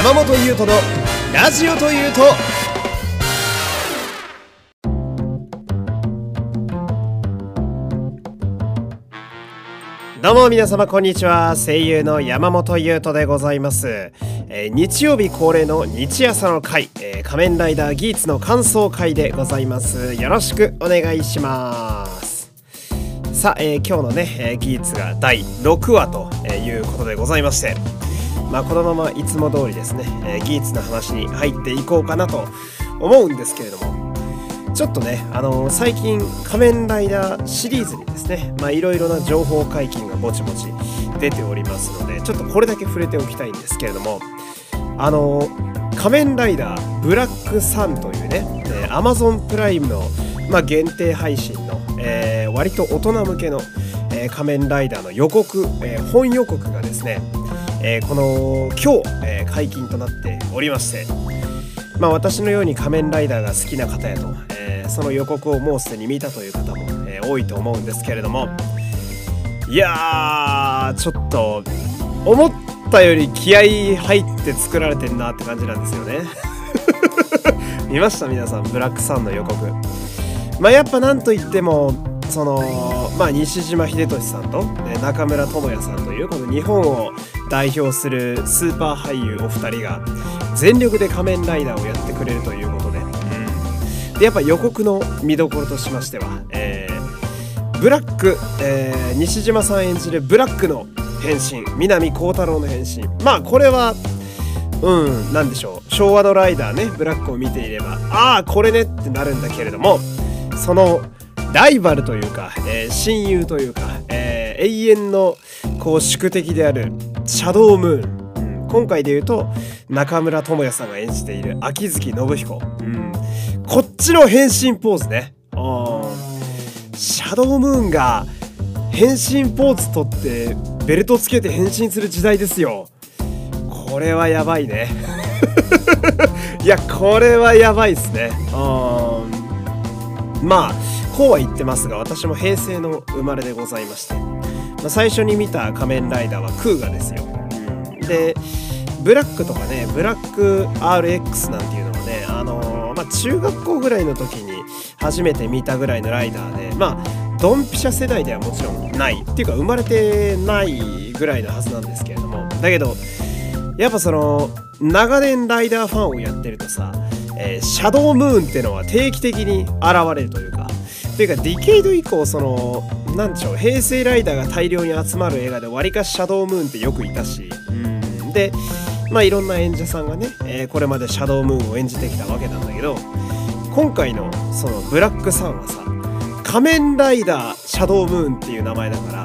山本優斗のラジオというと。どうも皆様こんにちは。声優の山本優斗でございます。日曜日恒例の日朝の会、仮面ライダーギーツの感想会でございます。よろしくお願いします。さあ、今日のね、ギーツが第6話ということでございまして、このままいつも通りですね、ギーツの話に入っていこうかなと思うんですけれども、ちょっとね、最近仮面ライダーシリーズにですね、いろいろな情報解禁がぼちぼち出ておりますので、ちょっとこれだけ触れておきたいんですけれども、仮面ライダーブラックサンというね、Amazon プライムの、限定配信の、割と大人向けの、仮面ライダーの予告、本予告がですね、この今日、解禁となっておりまして、私のように仮面ライダーが好きな方やと、その予告をもうすでに見たという方も、多いと思うんですけれども、いやーちょっと思ったより気合い入って作られてんなって感じなんですよね見ました皆さん、ブラックサンの予告。やっぱなんといってもその西島秀俊さんと中村倫也さんというこの日本を代表するスーパー俳優お二人が全力で仮面ライダーをやってくれるということで、でやっぱ予告の見どころとしましては、ブラック、西島さん演じるブラックの変身、南光太郎の変身、これはなんでしょう、昭和のライダーね、ブラックを見ていればああこれねってなるんだけれども、そのライバルというか、親友というか、永遠のこう宿敵であるシャドウムーン、今回で言うと中村倫也さんが演じている秋月信彦、こっちの変身ポーズね、シャドウムーンが変身ポーズ取ってベルトつけて変身する時代ですよ。これはやばいねいやこれはやばいですね。こうは言ってますが、私も平成の生まれでございまして、最初に見た仮面ライダーはクーガですよ。でブラックとかね、ブラック RX なんていうのもね、中学校ぐらいの時に初めて見たぐらいのライダーで、ドンピシャ世代ではもちろんないっていうか生まれてないぐらいのはずなんですけれども、だけどやっぱその長年ライダーファンをやってるとさ、シャドウムーンってのは定期的に現れるというか、ディケイド以降、そのなんでしょう、平成ライダーが大量に集まる映画でわりかしシャドウムーンってよくいたし、でいろんな演者さんがね、これまでシャドウムーンを演じてきたわけなんだけど、今回のそのブラックさんはさ、仮面ライダーシャドウムーンっていう名前だから、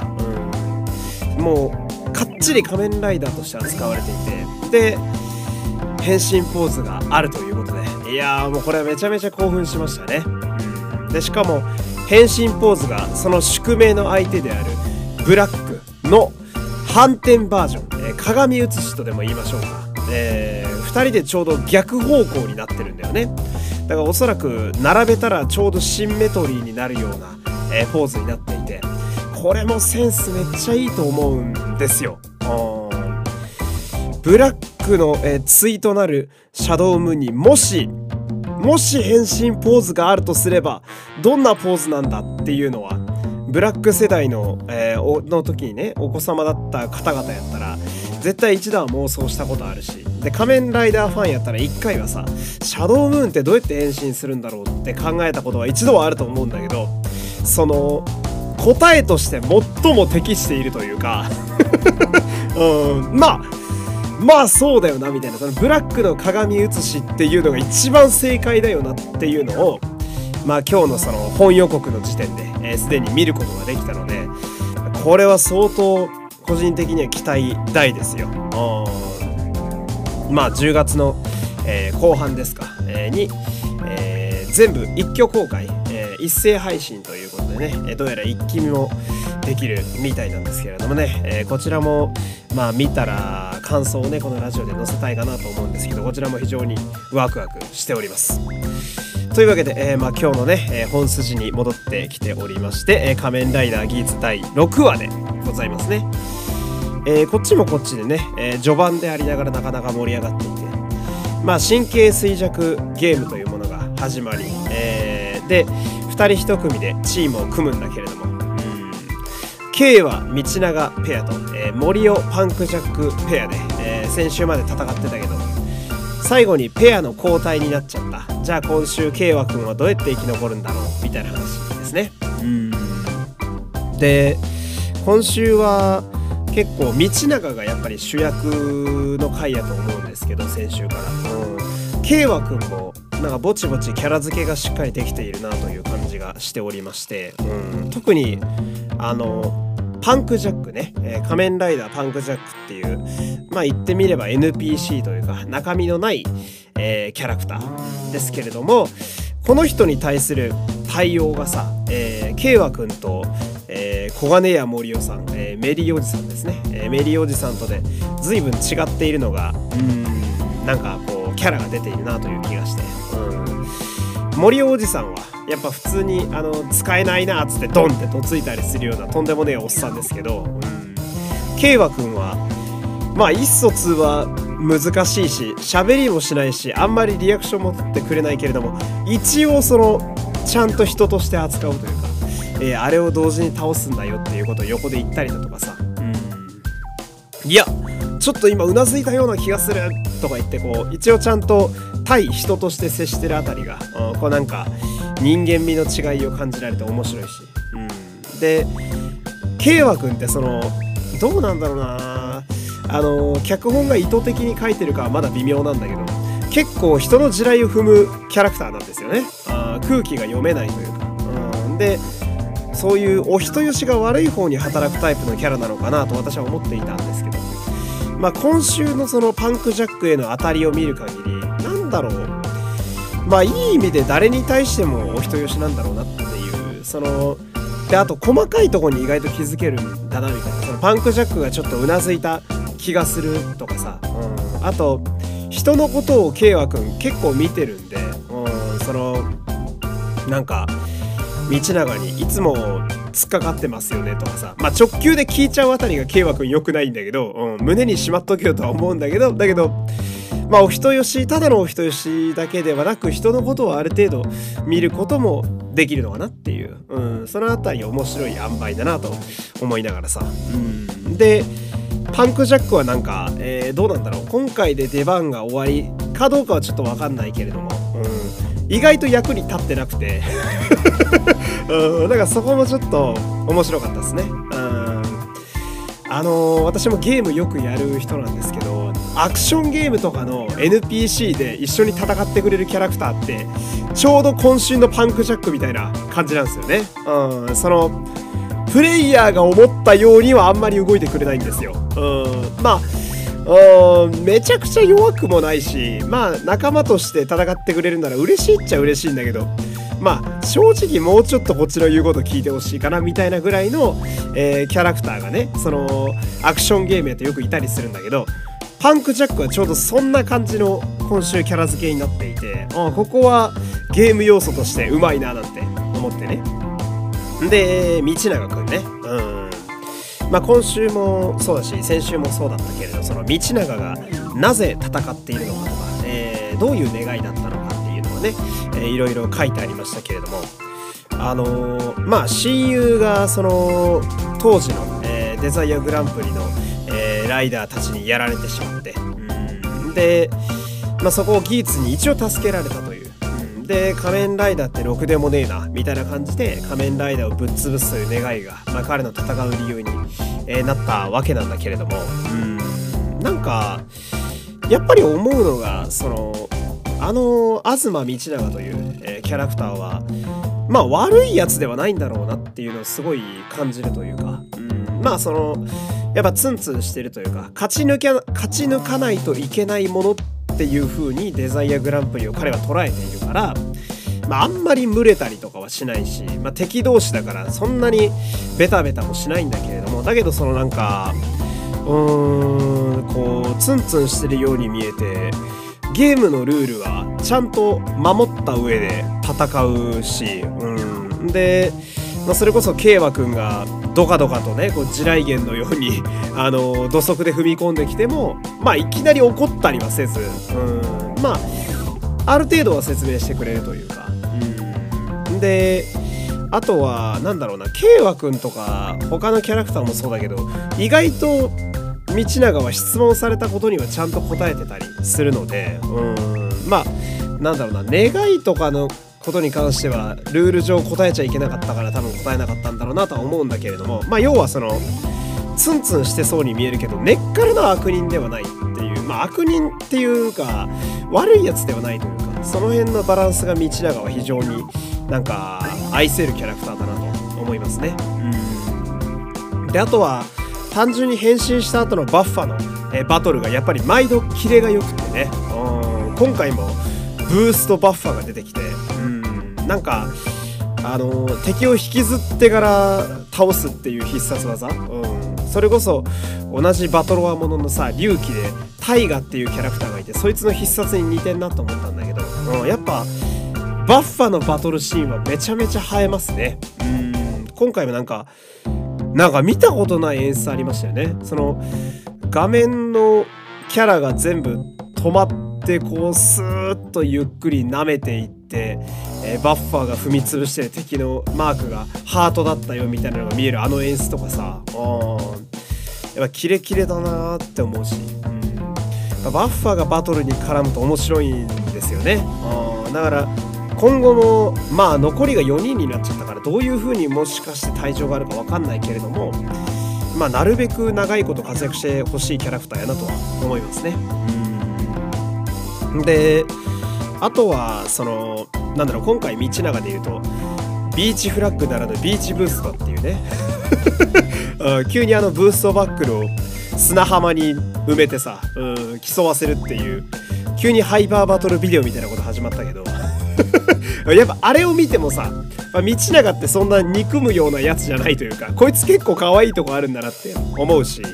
もうかっちり仮面ライダーとして扱われていて、で変身ポーズがあるということで、いやーもうこれはめちゃめちゃ興奮しましたね。でしかも変身ポーズがその宿命の相手であるブラックの反転バージョン、鏡写しとでも言いましょうか、2人でちょうど逆方向になってるんだよね。だからおそらく並べたらちょうどシンメトリーになるような、ポーズになっていて、これもセンスめっちゃいいと思うんですよ。ブラックの、対となるシャドウムーンにもし変身ポーズがあるとすればどんなポーズなんだっていうのは、ブラック世代の、の時にねお子様だった方々やったら絶対一度は妄想したことあるし、で仮面ライダーファンやったら一回はさ、シャドウムーンってどうやって変身するんだろうって考えたことは一度はあると思うんだけど、その答えとして最も適しているというかそうだよなみたいな、そのブラックの鏡写しっていうのが一番正解だよなっていうのを、今日のその本予告の時点で、すでに見ることができたので、これは相当個人的には期待大ですよ。10月の、後半ですか、に、全部一挙公開、一斉配信ということでね、どうやら一気見もできるみたいなんですけれどもね、こちらも見たら感想をねこのラジオで載せたいかなと思うんですけど、こちらも非常にワクワクしております。というわけで、今日のね、本筋に戻ってきておりまして、仮面ライダーギーツ第6話でございますね。こっちもこっちでね、序盤でありながらなかなか盛り上がっていて、 まあ神経衰弱ゲームというものが始まり、で2人1組でチームを組むんだけれども、K は道長ペアと、森尾パンクジャックペアで、先週まで戦ってたけど最後にペアの交代になっちゃった。じゃあ今週 K 和くんはどうやって生き残るんだろうみたいな話ですね。で今週は結構道長がやっぱり主役の回やと思うんですけど、先週から、K 和くんもなんかぼちぼちキャラ付けがしっかりできているなという感じがしておりまして、特にパンクジャックね、仮面ライダーパンクジャックっていう、まあ言ってみれば NPC というか中身のない、キャラクターですけれども、この人に対する対応がさ、K 和くんと、小金谷森夫さん、メリーおじさんですね、メリーおじさんとで随分違っているのがなんかこうキャラが出ているなという気がして、森おじさんはやっぱ普通に使えないなっつってドンってとついたりするようなとんでもねえおっさんですけど、K 和くんはまあ意思疎通は難しいし喋りもしないしあんまりリアクションも取ってくれないけれども、一応そのちゃんと人として扱うというか、あれを同時に倒すんだよっていうことを横で言ったりだとかさ、いやちょっと今うなずいたような気がするとか言ってこう一応ちゃんと対人として接してるあたりが、こうなんか人間味の違いを感じられて面白いし、で K 和くんってそのどうなんだろうな、脚本が意図的に書いてるかはまだ微妙なんだけど結構人の地雷を踏むキャラクターなんですよね。空気が読めないというか、でそういうお人よしが悪い方に働くタイプのキャラなのかなと私は思っていたんですけど、まあ今週のそのパンクジャックへの当たりを見る限りなんだろう、まあいい意味で誰に対してもお人よしなんだろうなっていう、そのであと細かいところに意外と気づけるんだなみたいな、そのパンクジャックがちょっとうなずいた気がするとかさ、あと人のことを K 和くん結構見てるんで、そのなんか道長にいつも突っかかってますよねとかさ、まあ直球で聞いちゃうあたりが K 和くん良くないんだけど、胸にしまっとけよとは思うんだけど、まあお人よし、ただのお人よしだけではなく人のことをある程度見ることもできるのかなっていう、そのあたり面白い塩梅だなと思いながらさ、でパンクジャックはなんか、どうなんだろう、今回で出番が終わりかどうかはちょっと分かんないけれども、意外と役に立ってなくてだからそこもちょっと面白かったですね。私もゲームよくやる人なんですけど、アクションゲームとかの NPC で一緒に戦ってくれるキャラクターってちょうど今週のパンクジャックみたいな感じなんですよね。そのプレイヤーが思ったようにはあんまり動いてくれないんですよ。まあめちゃくちゃ弱くもないし、まあ仲間として戦ってくれるなら嬉しいっちゃ嬉しいんだけど、まあ正直もうちょっとこっちの言うこと聞いてほしいかなみたいなぐらいの、キャラクターがね、そのアクションゲームやとよくいたりするんだけど、パンクジャックはちょうどそんな感じの今週キャラ付けになっていて、ここはゲーム要素としてうまいななんて思ってね。で道長くんね、まあ今週もそうだし先週もそうだったけれど、その道長がなぜ戦っているのかとか、どういう願いだったのかっていうのはね、いろいろ書いてありましたけれども、まあ親友がその当時の、デザイアグランプリの、ライダーたちにやられてしまって、で、まあ、そこをギーツに一応助けられたという、で仮面ライダーってろくでもねえなみたいな感じで仮面ライダーをぶっ潰すという願いが、まあ、彼の戦う理由に、なったわけなんだけれども、なんかやっぱり思うのが、その東道長という、キャラクターはまあ悪いやつではないんだろうなっていうのをすごい感じるというか、まあそのやっぱツンツンしてるというか、勝ち抜かないといけないものっていう風にデザイアグランプリを彼は捉えているから、まあ、あんまり群れたりとかはしないし、まあ、敵同士だからそんなにベタベタもしないんだけれども、だけどそのなんかこうツンツンしてるように見えて、ゲームのルールはちゃんと守った上で戦うし、で、まあ、それこそ慶和くんがドカドカとねこう地雷原のように土足で踏み込んできても、まあいきなり怒ったりはせず、 まあある程度は説明してくれるというか、であとはなんだろうな、慶和くんとか他のキャラクターもそうだけど、意外と道長は質問されたことにはちゃんと答えてたりするので、まあなんだろうな、願いとかのことに関してはルール上答えちゃいけなかったから多分答えなかったんだろうなとは思うんだけれども、まあ要はそのツンツンしてそうに見えるけど根っからの悪人ではないっていう、まあ悪人っていうか悪いやつではないというか、その辺のバランスが道長は非常になんか愛せるキャラクターだなと思いますね。であとは単純に変身した後のバッファのバトルがやっぱり毎度キレが良くてね、今回もブーストバッファが出てきて、なんか敵を引きずってから倒すっていう必殺技、それこそ同じバトロワもののさ龍騎でタイガっていうキャラクターがいて、そいつの必殺に似てんなと思ったんだけど、やっぱバッファのバトルシーンはめちゃめちゃ映えますね。今回もなんか見たことない演出ありましたよね。その画面のキャラが全部止まってこうスーッとゆっくり舐めていって、バッファーが踏み潰してる敵のマークがハートだったよみたいなのが見えるあの演出とかさ、やっぱキレキレだなーって思うし、バッファーがバトルに絡むと面白いんですよね。だから今後もまあ残りが4人になっちゃったから、どういう風にもしかして退場があるか分かんないけれども、まあなるべく長いこと活躍してほしいキャラクターやなとは思いますね。であとはそのなんだろう、今回道長でいうとビーチフラッグならぬビーチブーストっていうね急にブーストバックルを砂浜に埋めてさ、競わせるっていう急にハイパーバトルビデオみたいなこと始まったけどやっぱあれを見てもさ、道長ってそんな憎むようなやつじゃないというか、こいつ結構可愛いとこあるんだなって思うし、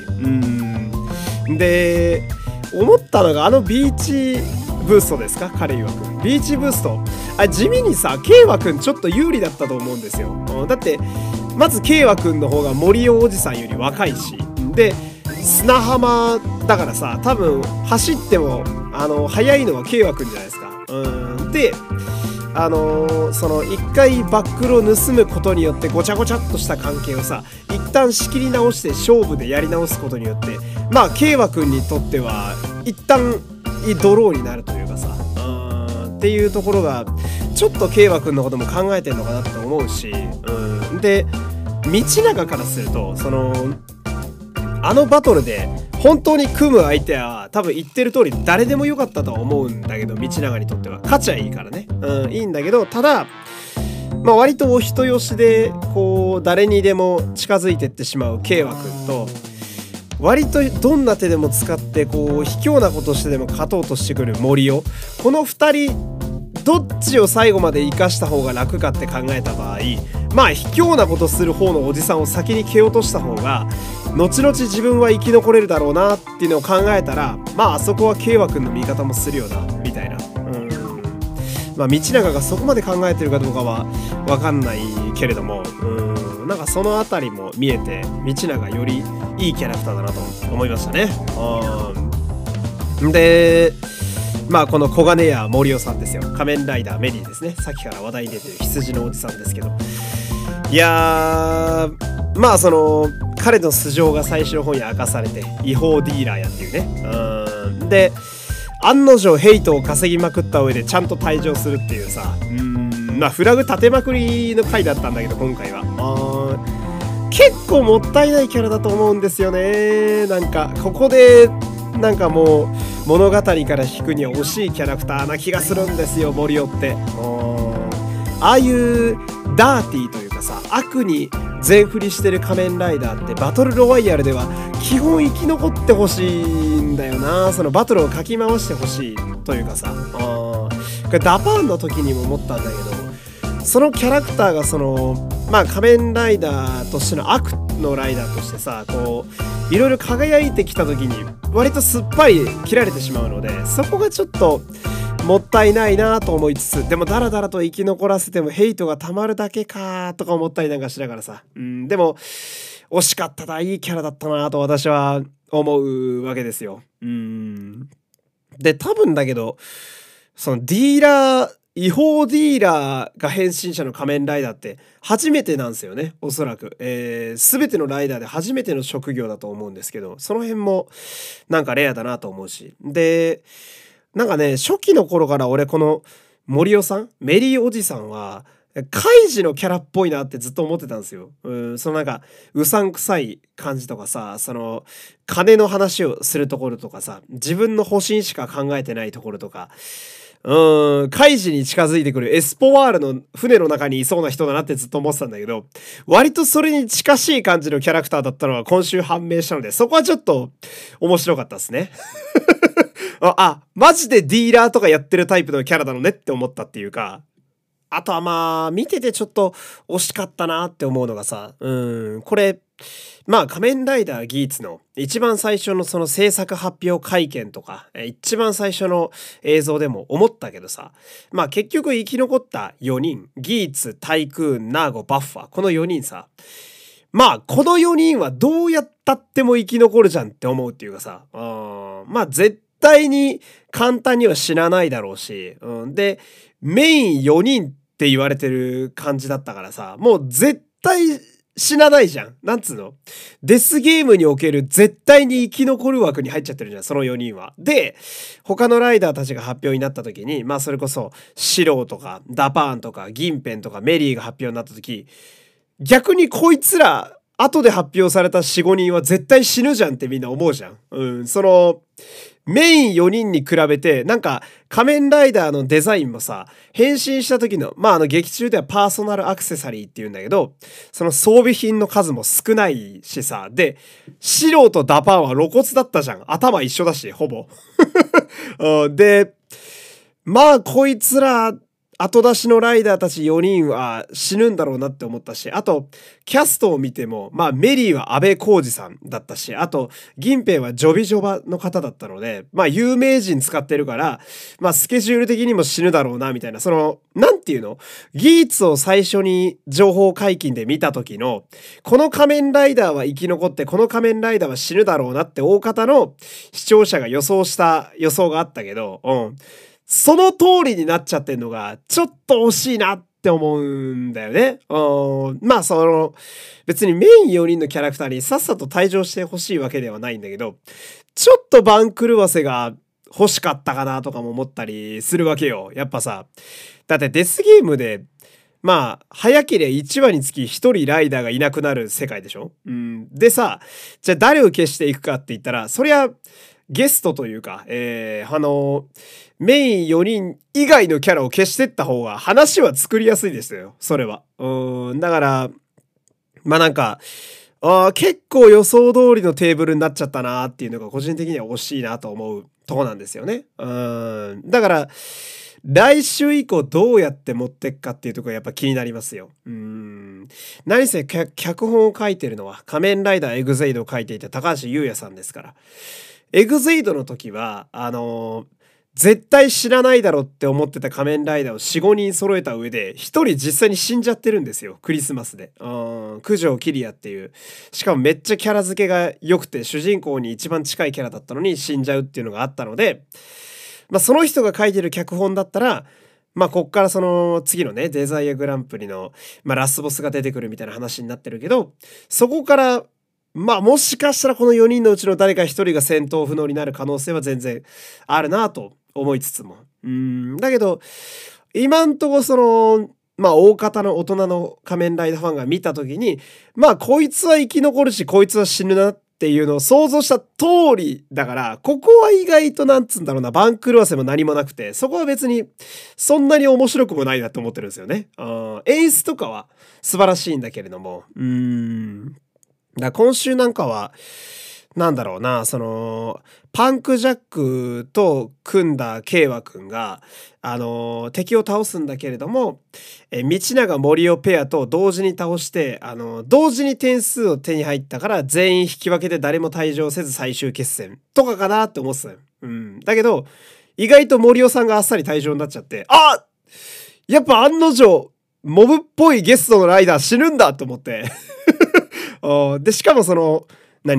で思ったのがビーチブーストですか、彼曰くビーチブースト地味にさ慶和くんちょっと有利だったと思うんですよ。だってまず慶和くんの方が森尾おじさんより若いし、で砂浜だからさ多分走っても速いのは慶和くんじゃないですか。でその一回バックルを盗むことによってごちゃごちゃっとした関係をさ一旦仕切り直して勝負でやり直すことによって、まあ慶和くんにとっては一旦ドローになるというかさ、っていうところがちょっと慶和くんのことも考えてんのかなって思うし、で道長からするとそのバトルで本当に組む相手は多分言ってる通り誰でもよかったとは思うんだけど、道長にとっては勝ちゃいいからね、いいんだけど、ただまあ割とお人よしでこう誰にでも近づいてってしまう慶和くんと、割とどんな手でも使ってこう卑怯なことしてでも勝とうとしてくる森尾、この2人どっちを最後まで生かした方が楽かって考えた場合、まあ卑怯なことする方のおじさんを先に蹴落とした方が後々自分は生き残れるだろうなっていうのを考えたら、まああそこは慶和くんの味方もするよなみたいな、まあ道長がそこまで考えてるかどうかは分かんないけれども、なんかそのあたりも見えて道長よりいいキャラクターだなと思いましたね。でまあこの小金谷森尾さんですよ、仮面ライダーメリーですね、さっきから話題に出てる羊のおじさんですけど、いやーまあその彼の素性が最初の方に明かされて違法ディーラーやっていうね、で案の定ヘイトを稼ぎまくった上でちゃんと退場するっていうさ、まあフラグ立てまくりの回だったんだけど、今回は結構もったいないキャラだと思うんですよね。なんかここでなんかもう物語から引くには惜しいキャラクターな気がするんですよ、森尾って。ああいうダーティーというかさ、悪に全振りしてる仮面ライダーってバトルロワイヤルでは基本生き残ってほしいんだよな。そのバトルをかき回してほしいというかさ、これダパーンの時にも思ったんだけど、そのキャラクターがそのまあ仮面ライダーとしての悪のライダーとしてさ、こういろいろ輝いてきた時に割とすっぱり切られてしまうので、そこがちょっともったいないなと思いつつ、でもダラダラと生き残らせてもヘイトがたまるだけかとか思ったりなんかしながらさ、でも惜しかったな、いいキャラだったなと私は思うわけですよ。 で、多分だけど、そのディーラー、違法ディーラーが変身者の仮面ライダーって初めてなんですよね、おそらく。全てのライダーで初めての職業だと思うんですけど、その辺もなんかレアだなと思うし。で、なんかね、初期の頃から俺この森尾さん、メリーおじさんは、カイジのキャラっぽいなってずっと思ってたんですよ。そのなんか、うさんくさい感じとかさ、その、金の話をするところとかさ、自分の保身しか考えてないところとか、カイジに近づいてくるエスポワールの船の中にいそうな人だなってずっと思ってたんだけど、割とそれに近しい感じのキャラクターだったのは今週判明したので、そこはちょっと面白かったですね。マジでディーラーとかやってるタイプのキャラなのねって思ったっていうか、あとはまあ、見ててちょっと惜しかったなって思うのがさ、これ、まあ仮面ライダーギーツの一番最初のその制作発表会見とか、一番最初の映像でも思ったけどさ、まあ結局生き残った4人、ギーツ、タイクーン、ナーゴ、バッファー、この4人さ、まあこの4人はどうやったっても生き残るじゃんって思うっていうかさ、まあ絶対に簡単には死なないだろうし、で、メイン4人って言われてる感じだったからさ、もう絶対死なないじゃん。なんつうの？デスゲームにおける絶対に生き残る枠に入っちゃってるじゃん、その4人は。で、他のライダーたちが発表になった時に、まあそれこそ、シローとか、ダパーンとか、ギンペンとか、メリーが発表になった時、逆にこいつら、後で発表された4、5人は絶対死ぬじゃんってみんな思うじゃん。その、メイン4人に比べて、なんか仮面ライダーのデザインもさ、変身した時の、まあ劇中ではパーソナルアクセサリーって言うんだけど、その装備品の数も少ないしさ、で、シローとダパンは露骨だったじゃん。頭一緒だし、ほぼ。で、まあこいつら、後出しのライダーたち4人は死ぬんだろうなって思ったし、あと、キャストを見ても、まあメリーは安倍浩二さんだったし、あと、銀平はジョビジョバの方だったので、まあ有名人使ってるから、まあスケジュール的にも死ぬだろうな、みたいな、その、なんていうの？ギーツを最初に情報解禁で見た時の、この仮面ライダーは生き残って、この仮面ライダーは死ぬだろうなって大方の視聴者が予想した予想があったけど、その通りになっちゃってんのが、ちょっと惜しいなって思うんだよね。まあその、別にメイン4人のキャラクターにさっさと退場してほしいわけではないんだけど、ちょっと番狂わせが欲しかったかなとかも思ったりするわけよ。やっぱさ、だってデスゲームで、まあ、早ければ1話につき1人ライダーがいなくなる世界でしょ？でさ、じゃあ誰を消していくかって言ったら、そりゃ、ゲストというか、メイン4人以外のキャラを消してった方が話は作りやすいですよ、それは。だから、まあなんか、結構予想通りのテーブルになっちゃったなっていうのが個人的には惜しいなと思うとこなんですよね。だから、来週以降どうやって持ってっかっていうところがやっぱ気になりますよ。何せ脚本を書いてるのは仮面ライダーエグゼイドを書いていた高橋優也さんですから。エグゼイドの時は、絶対知らないだろって思ってた仮面ライダーを4、5人揃えた上で、1人実際に死んじゃってるんですよ。クリスマスで。九条キリアっていう。しかもめっちゃキャラ付けが良くて、主人公に一番近いキャラだったのに死んじゃうっていうのがあったので、まあその人が書いてる脚本だったら、まあこっからその次のね、デザイアグランプリの、まあラスボスが出てくるみたいな話になってるけど、そこから、まあもしかしたらこの4人のうちの誰か1人が戦闘不能になる可能性は全然あるなと思いつつも。だけど、今んとこその、まあ大方の大人の仮面ライダーファンが見た時に、まあこいつは生き残るし、こいつは死ぬなっていうのを想像した通りだから、ここは意外となんつうんだろうな、番狂わせも何もなくて、そこは別にそんなに面白くもないなと思ってるんですよね。演出とかは素晴らしいんだけれども、だ今週なんかは、なんだろうな、その、パンクジャックと組んだ慶和くんが、敵を倒すんだけれども、道長森尾ペアと同時に倒して、同時に点数を手に入ったから全員引き分けで誰も退場せず最終決戦とかかなって思ってたよ。だけど、意外と森尾さんがあっさり退場になっちゃって、やっぱ案の定、モブっぽいゲストのライダー死ぬんだと思って。で、しかもその、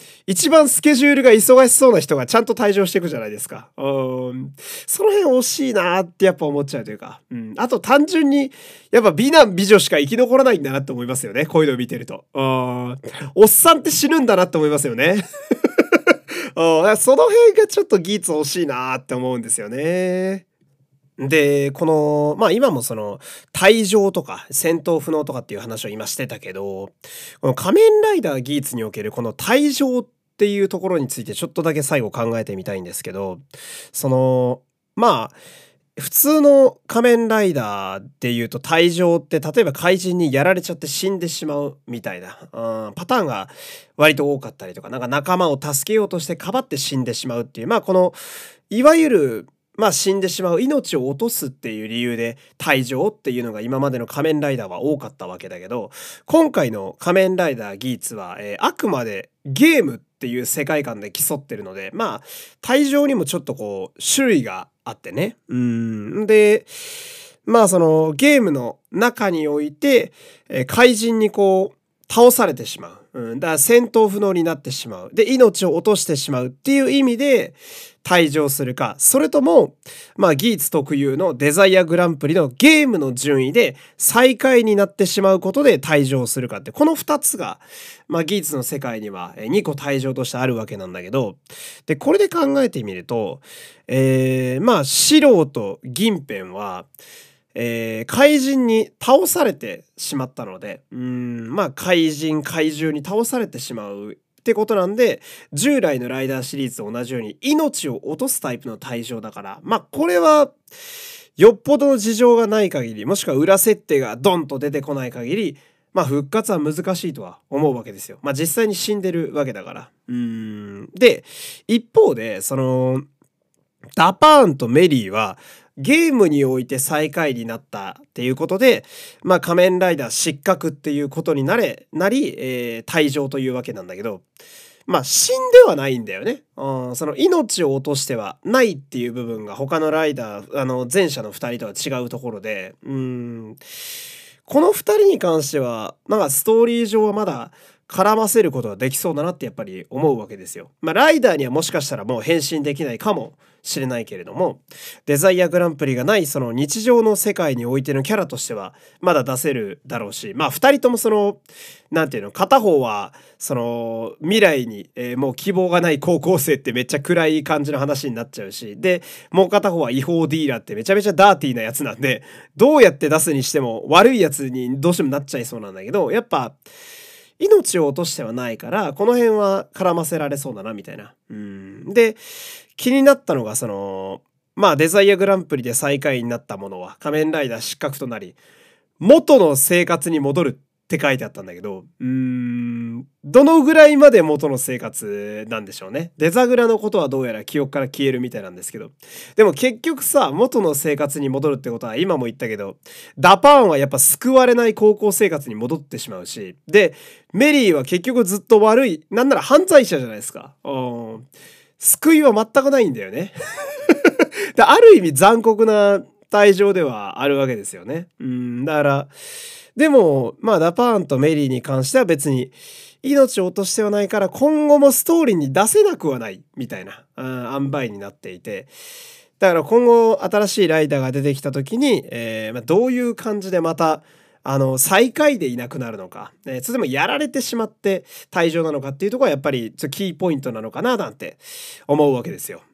一番スケジュールが忙しそうな人がちゃんと退場していくじゃないですか。その辺惜しいなってやっぱ思っちゃうというか。あと単純に、やっぱ美男美女しか生き残らないんだなって思いますよね。こういうのを見てると。おっさんって死ぬんだなって思いますよね。その辺がちょっとギーツ惜しいなって思うんですよね。で、この、今もその、退場とか戦闘不能とかっていう話を今してたけど、この仮面ライダーギーツにおけるこの退場っていうところについてちょっとだけ最後考えてみたいんですけど、その、普通の仮面ライダーっていうと退場って例えば怪人にやられちゃって死んでしまうみたいな、パターンが割と多かったりとか、なんか仲間を助けようとしてかばって死んでしまうっていう、この、いわゆる死んでしまう、命を落とすっていう理由で退場っていうのが今までの仮面ライダーは多かったわけだけど、今回の仮面ライダーギーツは、あくまでゲームっていう世界観で競ってるので、退場にもちょっとこう、種類があってね。で、そのゲームの中において、怪人にこう、倒されてしまう。だから戦闘不能になってしまう。で、命を落としてしまうっていう意味で退場するか、それとも、ギーツ特有のデザイアグランプリのゲームの順位で最下位になってしまうことで退場するかって、この2つが、ギーツの世界には2個退場としてあるわけなんだけど、で、これで考えてみると、素人銀ペンは、怪人に倒されてしまったので、怪人怪獣に倒されてしまうってことなんで、従来のライダーシリーズと同じように命を落とすタイプの退場だから、これはよっぽどの事情がない限り、もしくは裏設定がドンと出てこない限り、復活は難しいとは思うわけですよ。実際に死んでるわけだから。で、一方で、その、ダパーンとメリーは、ゲームにおいて最下位になったっていうことで、仮面ライダー失格っていうことになり、退場というわけなんだけど、死んではないんだよね。その命を落としてはないっていう部分が他のライダー、前者の2人とは違うところで、この2人に関しては、ストーリー上はまだ絡ませることができそうだなってやっぱり思うわけですよ。ライダーにはもしかしたらもう変身できないかもしれないけれども、デザイアグランプリがないその日常の世界においてのキャラとしてはまだ出せるだろうし、二人ともその、なんていうの、片方はその未来に、もう希望がない高校生ってめっちゃ暗い感じの話になっちゃうし、で、もう片方は違法ディーラーってめちゃめちゃダーティーなやつなんで、どうやって出すにしても悪いやつにどうしてもなっちゃいそうなんだけど、やっぱ、命を落としてはないから、この辺は絡ませられそうだな、みたいな。で、気になったのが、その、デザイアグランプリで最下位になったものは、仮面ライダー失格となり、元の生活に戻るって書いてあったんだけど、どのぐらいまで元の生活なんでしょうね。デザグラのことはどうやら記憶から消えるみたいなんですけど。でも結局さ、元の生活に戻るってことは今も言ったけど、ダパーンはやっぱ救われない高校生活に戻ってしまうし、で、メリーは結局ずっと悪い、なんなら犯罪者じゃないですか。救いは全くないんだよね。で、ある意味残酷な退場ではあるわけですよね。だから、でも、ダパーンとメリーに関しては別に命を落としてはないから今後もストーリーに出せなくはないみたいな塩梅になっていて、だから今後新しいライダーが出てきた時に、どういう感じでまた最下位でいなくなるのか、それでもやられてしまって退場なのかっていうところはやっぱりちょっとキーポイントなのかななんて思うわけですよ。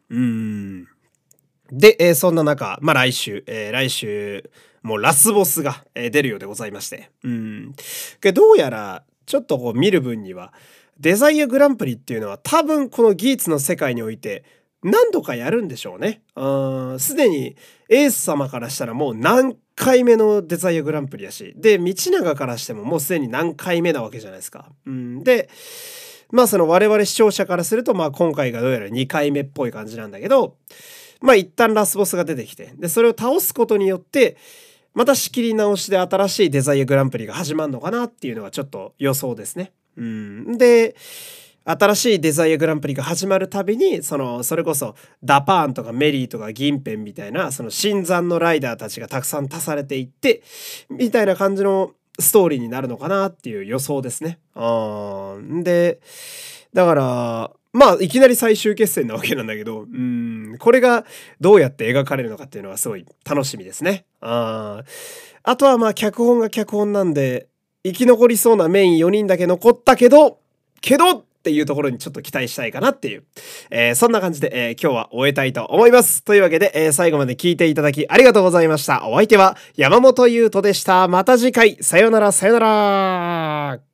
で、そんな中、来週もうラスボスが出るようでございまして。どうやらちょっとこう見る分にはデザイアグランプリっていうのは多分このギーツの世界において何度かやるんでしょうね。すでにエース様からしたらもう何回目のデザイアグランプリやし、で道長からしてももうすでに何回目なわけじゃないですか。でその我々視聴者からすると今回がどうやら2回目っぽい感じなんだけど、一旦ラスボスが出てきて、でそれを倒すことによってまた仕切り直しで新しいデザイアグランプリが始まるのかなっていうのがちょっと予想ですね。で、新しいデザイアグランプリが始まるたびに、それこそダパーンとかメリーとか銀ペンみたいな、その新参のライダーたちがたくさん足されていって、みたいな感じのストーリーになるのかなっていう予想ですね。で、 だから、まあ、いきなり最終決戦なわけなんだけど、これがどうやって描かれるのかっていうのはすごい楽しみですね。あとはまあ、脚本が脚本なんで、生き残りそうなメイン4人だけ残ったけどっていうところにちょっと期待したいかなっていう、そんな感じで、今日は終えたいと思います。というわけで、最後まで聞いていただきありがとうございました。お相手は山本優斗でした。また次回、さよならさよなら。